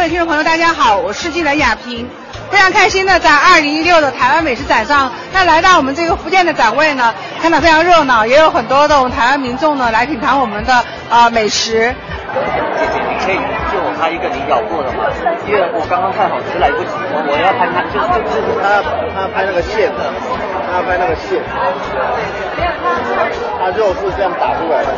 位听众朋友，大家好，我是记者雅萍，非常开心的在2016的台湾美食展上，那来到我们这个福建的展位呢，看到非常热闹，也有很多的我们台湾民众呢来品尝我们的美食。 姐姐，你可以借我拍一个你咬过的吗？因为我刚刚看好吃来不及，我要拍它，就是他拍那个线的，他拍那个线，他肉是这样打出来的。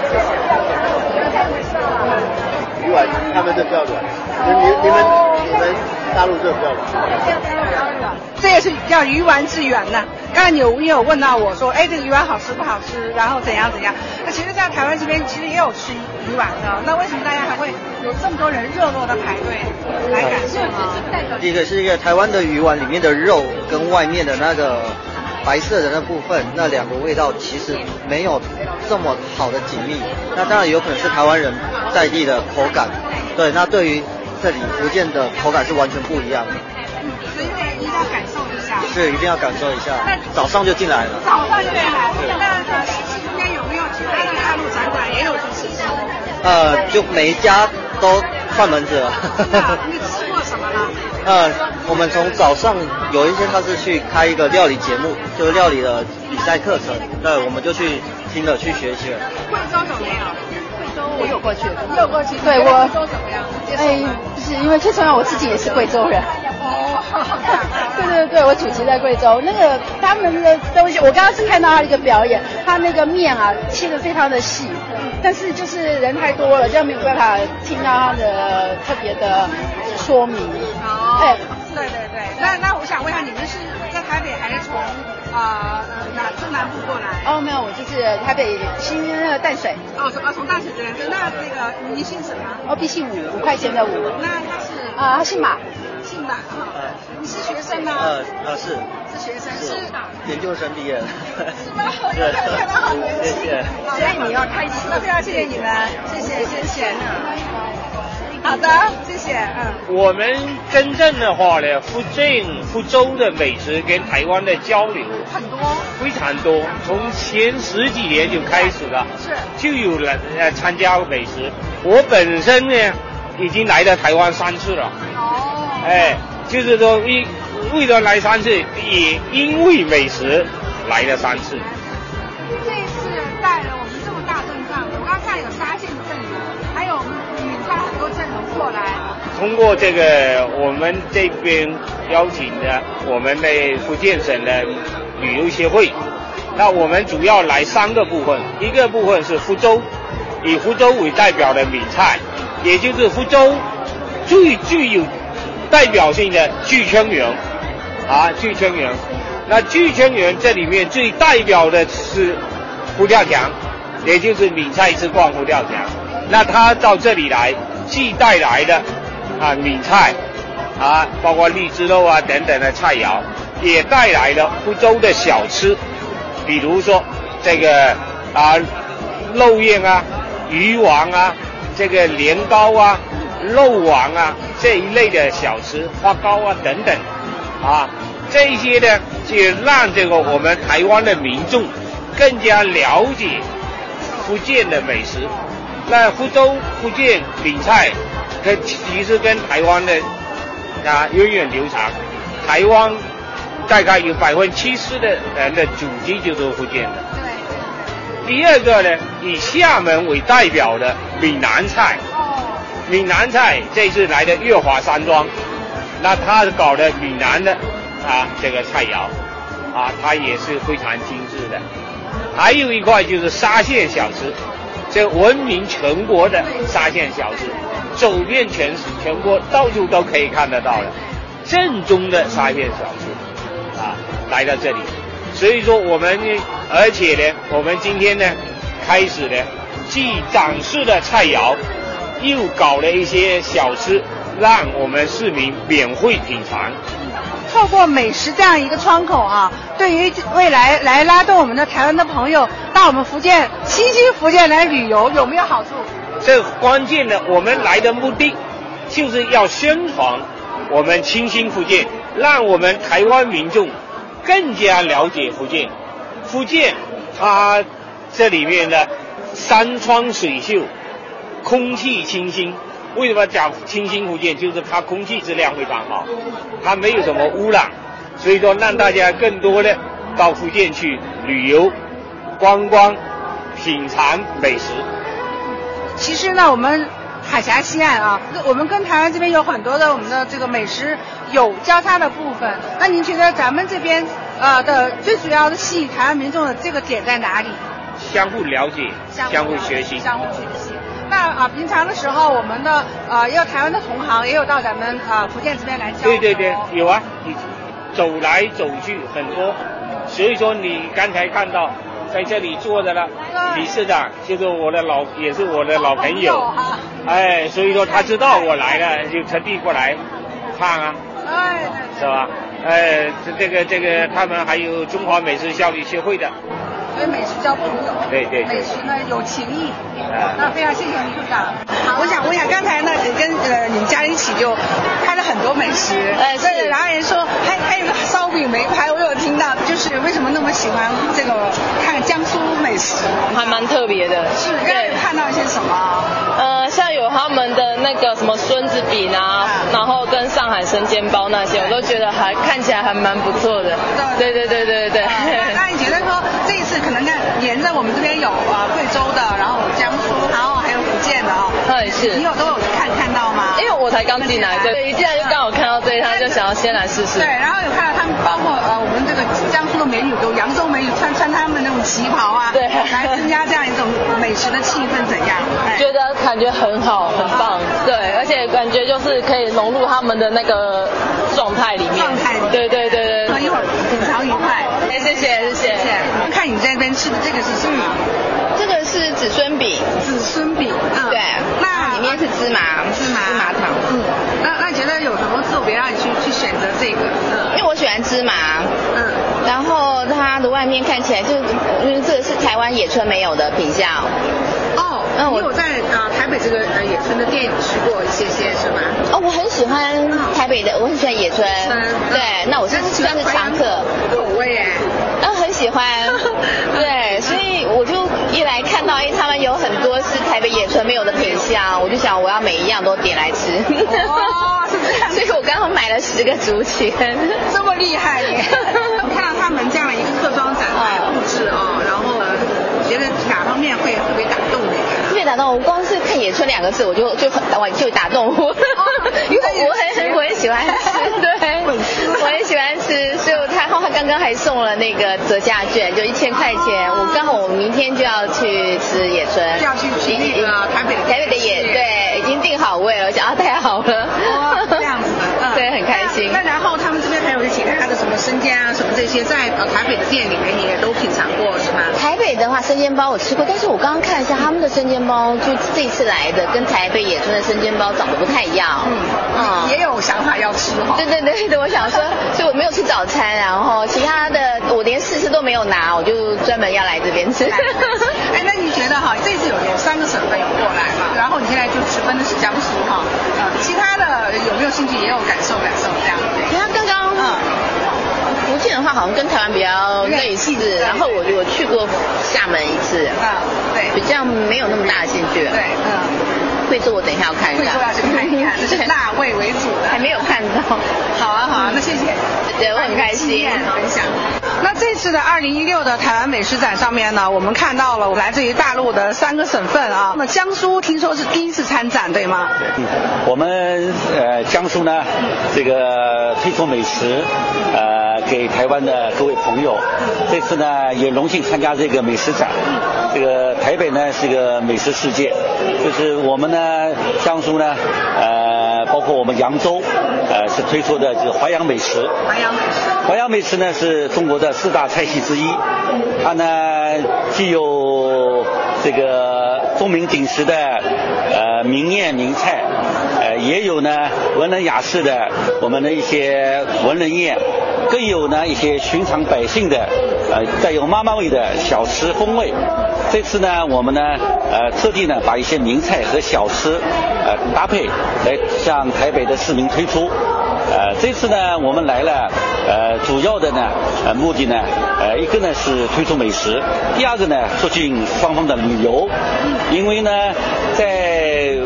鱼丸他们这比较软，你们大陆这比较软。 这也是叫鱼丸之源呢。刚才你有问到我说，这个鱼丸好吃不好吃，然后怎样？那其实在台湾这边其实也有吃鱼丸的，那为什么大家还会有这么多人热络的排队来感受呢？ 第一个是一个台湾的鱼丸里面的肉跟外面的那个白色的那部分，那两个味道其实没有这么好的紧密。那当然有可能是台湾人在地的口感，对，那对于这里福建的口感是完全不一样的。 所以一定要感受一下。 是，一定要感受一下。早上就进来了。 早上就进来。那今天有没有其他的大陆展馆也有去吃？ 就每一家都串门子了。 你吃过什么呢？ 我们从早上有一些他是去开一个料理节目，就是料理的比赛课程，对，我们就去听了去学习了。 贵州有没有？贵州我有过去。 你有过去？对，我贵州怎么样？ 就是因为最重要，我自己也是贵州人。对，我祖籍在贵州。那个他们的东西，我刚刚是看到他的一个表演，他那个面啊切得非常的细，但是就是人太多了，这样没有办法听到他的特别的说明。 对。那我想问一下，你们是在台北还是从中南部过来？ 没有，我就是台北新那个淡水。 从淡水这边。那个你姓什么？ 毕姓5块钱的5。 那他是？ 他姓马。 姓马你是学生吗？ 是学生，是研究生毕业的。 是吗？对，看到好年轻。 谢谢。 所以你要开心。那非常谢谢你们，谢谢。好的，谢谢。 我们真正的话呢，福州的美食跟台湾的交流很多， 非常多。从前10几年就开始了，就有人参加美食。我本身呢，已经来了台湾3次了。就是说为了来3次，也因为美食来了3次。 这一次带了我们这么大阵仗，我刚看有沙县阵容，还有闽菜很多阵容过来。 通过这个我们这边邀请的我们的福建省的旅游协会，那我们主要来3个部分，一个部分是福州，以福州为代表的闽菜，也就是福州最具有代表性的聚圈园聚圈园。那聚圈园这里面最代表的是佛跳墙，也就是闽菜之冠佛跳墙。那他到这里来，既带来的闽菜包括荔枝肉等等的菜肴，也带来了福州的小吃，比如说这个肉燕鱼丸这个年糕肉丸这一类的小吃，花糕等等这些呢，就让这个我们台湾的民众更加了解福建的美食。那福建闽菜其实跟台湾的源远流长，台湾大概有70%的人的祖籍就是福建的。第二个呢，以厦门为代表的闽南菜。闽南菜这次来的粤华山庄，那他搞的闽南的这个菜肴它也是非常精致的。还有一块就是沙县小吃，这闻名全国的沙县小吃，走遍全国到处都可以看得到的正宗的沙县小吃来到这里。所以说而且呢，我们今天呢开始呢，既展示了菜肴，又搞了一些小吃，让我们市民免费品尝。 透过美食这样一个窗口对于未来来拉动我们的台湾的朋友到我们新兴福建来旅游有没有好处？ 这关键的，我们来的目的就是要宣传我们新兴福建，让我们台湾民众更加了解福建。福建它这里面的山川水秀，空气清新， 为什么讲清新福建？就是它空气质量非常好，它没有什么污染，所以说让大家更多的到福建去旅游、观光、品尝美食。 其实呢，我们海峡西岸啊，我们跟台湾这边有很多的我们的这个美食有交叉的部分。那您觉得咱们这边的最主要的吸引台湾民众的这个点在哪里？ 相互了解，相互学习。 那平常的时候，我们的也有台湾的同行，也有到咱们福建这边来交流。 对，有啊，你走来走去很多，所以说你刚才看到在这里坐的了，理事长就是也是我的老朋友，哎，所以说他知道我来了，就特地过来看啊， 哎， 是吧？这个他们还有中华美食效率协会的。 所以美食交朋友， 对， 美食呢有情谊，那非常谢谢理事长。好，我想问一下，刚才呢跟你们家人一起就拍了很多美食，对，然后人说还有个烧饼没拍，我有听到，就是为什么那么喜欢这个看江苏美食？ 还蛮特别的， 是，对，看到一些什么？ 像有他们的那个什么孙子饼啊，然后跟上海生煎包那些，我都觉得看起来还蛮不错的。对。 那你觉得说这一次可能沿着我们这边有贵州的，然后江苏，然后还有福建的哦。 是。 你都有看到吗？ 因为我才刚进来，对，一进来就刚好看到这一摊，就想要先来试试。 对，然后有看到他们包括我们这个江苏的美女，有扬州美女穿他们那种旗袍啊， 对， 来增加这样一种美食的气氛，怎样？ 觉得感觉很好，很棒，对，而且感觉就是可以融入他们的那个状态里面。对。 一会儿品尝愉快。 谢谢。 看你在这边吃的这个是什么？ 这个是子孙饼。对，那里面是芝麻糖。 那觉得有什么特别让你去选择这个？ 因为我喜欢芝麻。然后它的外面看起来因为这个是台湾野村没有的品相。 我有在台北这个野村的店有吃过一些是吗？ 我很喜欢台北的，我很喜欢野村。对，那我是算是常客。 口味耶。 很喜欢。对，所以我就一来看到他们有很多是台北野村没有的品相，我就想我要每一样都点来吃。 是这样。 所以我刚好买了10个竹签。 这么厉害耶！看到他们这样的一个客装展来布置然后觉得哪方面会特别打动你？ 特别打动我，光是看野村2个字我就打动我，因为我很喜欢吃，对，我很喜欢吃，所以他刚刚还送了那个折价券，就1000块钱，我刚好我明天就要去吃野村， 要去那个台北的野，对，已经订好位了，想太好了， 这样子的， 对，很开心。 那然后他们这边还有其他的什么生煎啊什么这些，在台北的店里面你也都品尝过是吗？ 台北的话生煎包我吃过，但是我刚刚看一下他们的生煎包，就这次来的跟台北野村的生煎包长得不太一样。 也有想法要吃哈。 对，我想说，所以我没有吃早餐，然后其他的我连试吃都没有拿，我就专门要来这边吃。 那你觉得这次有3个省份有过来嘛？然后你现在就直奔的是江苏其他的有没有兴趣也有感受这样？ 其他刚刚福建的话好像跟台湾比较类似，然后我去过厦门一次， 对， 比较没有那么大的兴趣。 对， 贵州我等一下要看一下。 贵州要去看一看，这是辣味为主的， 还没有看到。 好啊，那谢谢。 对，我很开心分享。那这次的2016的台湾美食展上面呢，我们看到了来自于大陆的3个省份啊。那江苏听说是第一次参展，对吗？ 我们江苏呢，这个推出美食，给台湾的各位朋友，这次呢也荣幸参加这个美食展。这个台北呢是个美食世界，就是我们呢江苏呢，包括我们扬州，是推出的这个淮扬美食。淮扬美食呢是中国的4大菜系之一，它呢既有这个钟鸣鼎食的名宴名菜，也有呢文人雅士的我们的一些文人宴，更有呢一些寻常百姓的带有妈妈味的小吃风味。这次呢我们呢特地呢把一些名菜和小吃搭配来向台北的市民推出。这次呢我们来了主要的呢目的呢一个呢是推出美食，第二个呢促进双方的旅游。因为呢在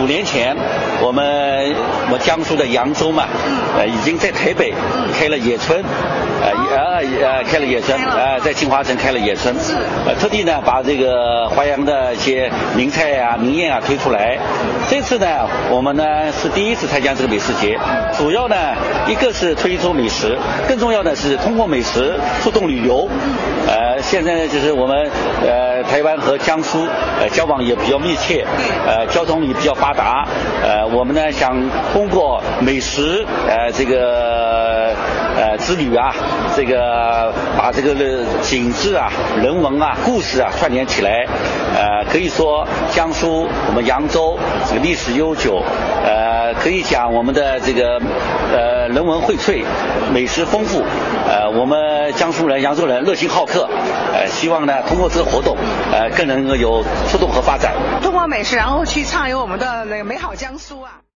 5年前，我江苏的扬州嘛，已经在台北开了野村，开了野村，在金华城开了野村，特地呢把这个淮扬的一些名菜啊、名宴啊推出来。这次呢，我们呢是第一次参加这个美食节，主要呢一个是推出美食，更重要的是通过美食促动旅游。现在呢就是我们台湾和江苏交往也比较密切，交通也比较发达，我们呢想通过美食这个之旅啊，这个把这个景致啊、人文啊、故事啊串联起来。可以说江苏我们扬州这个历史悠久，可以讲我们的这个人文荟萃，美食丰富。我们江苏人、扬州人热情好客，希望呢通过这个活动，更能够有触动和发展。 通过美食，然后去畅游我们的那个美好江苏啊。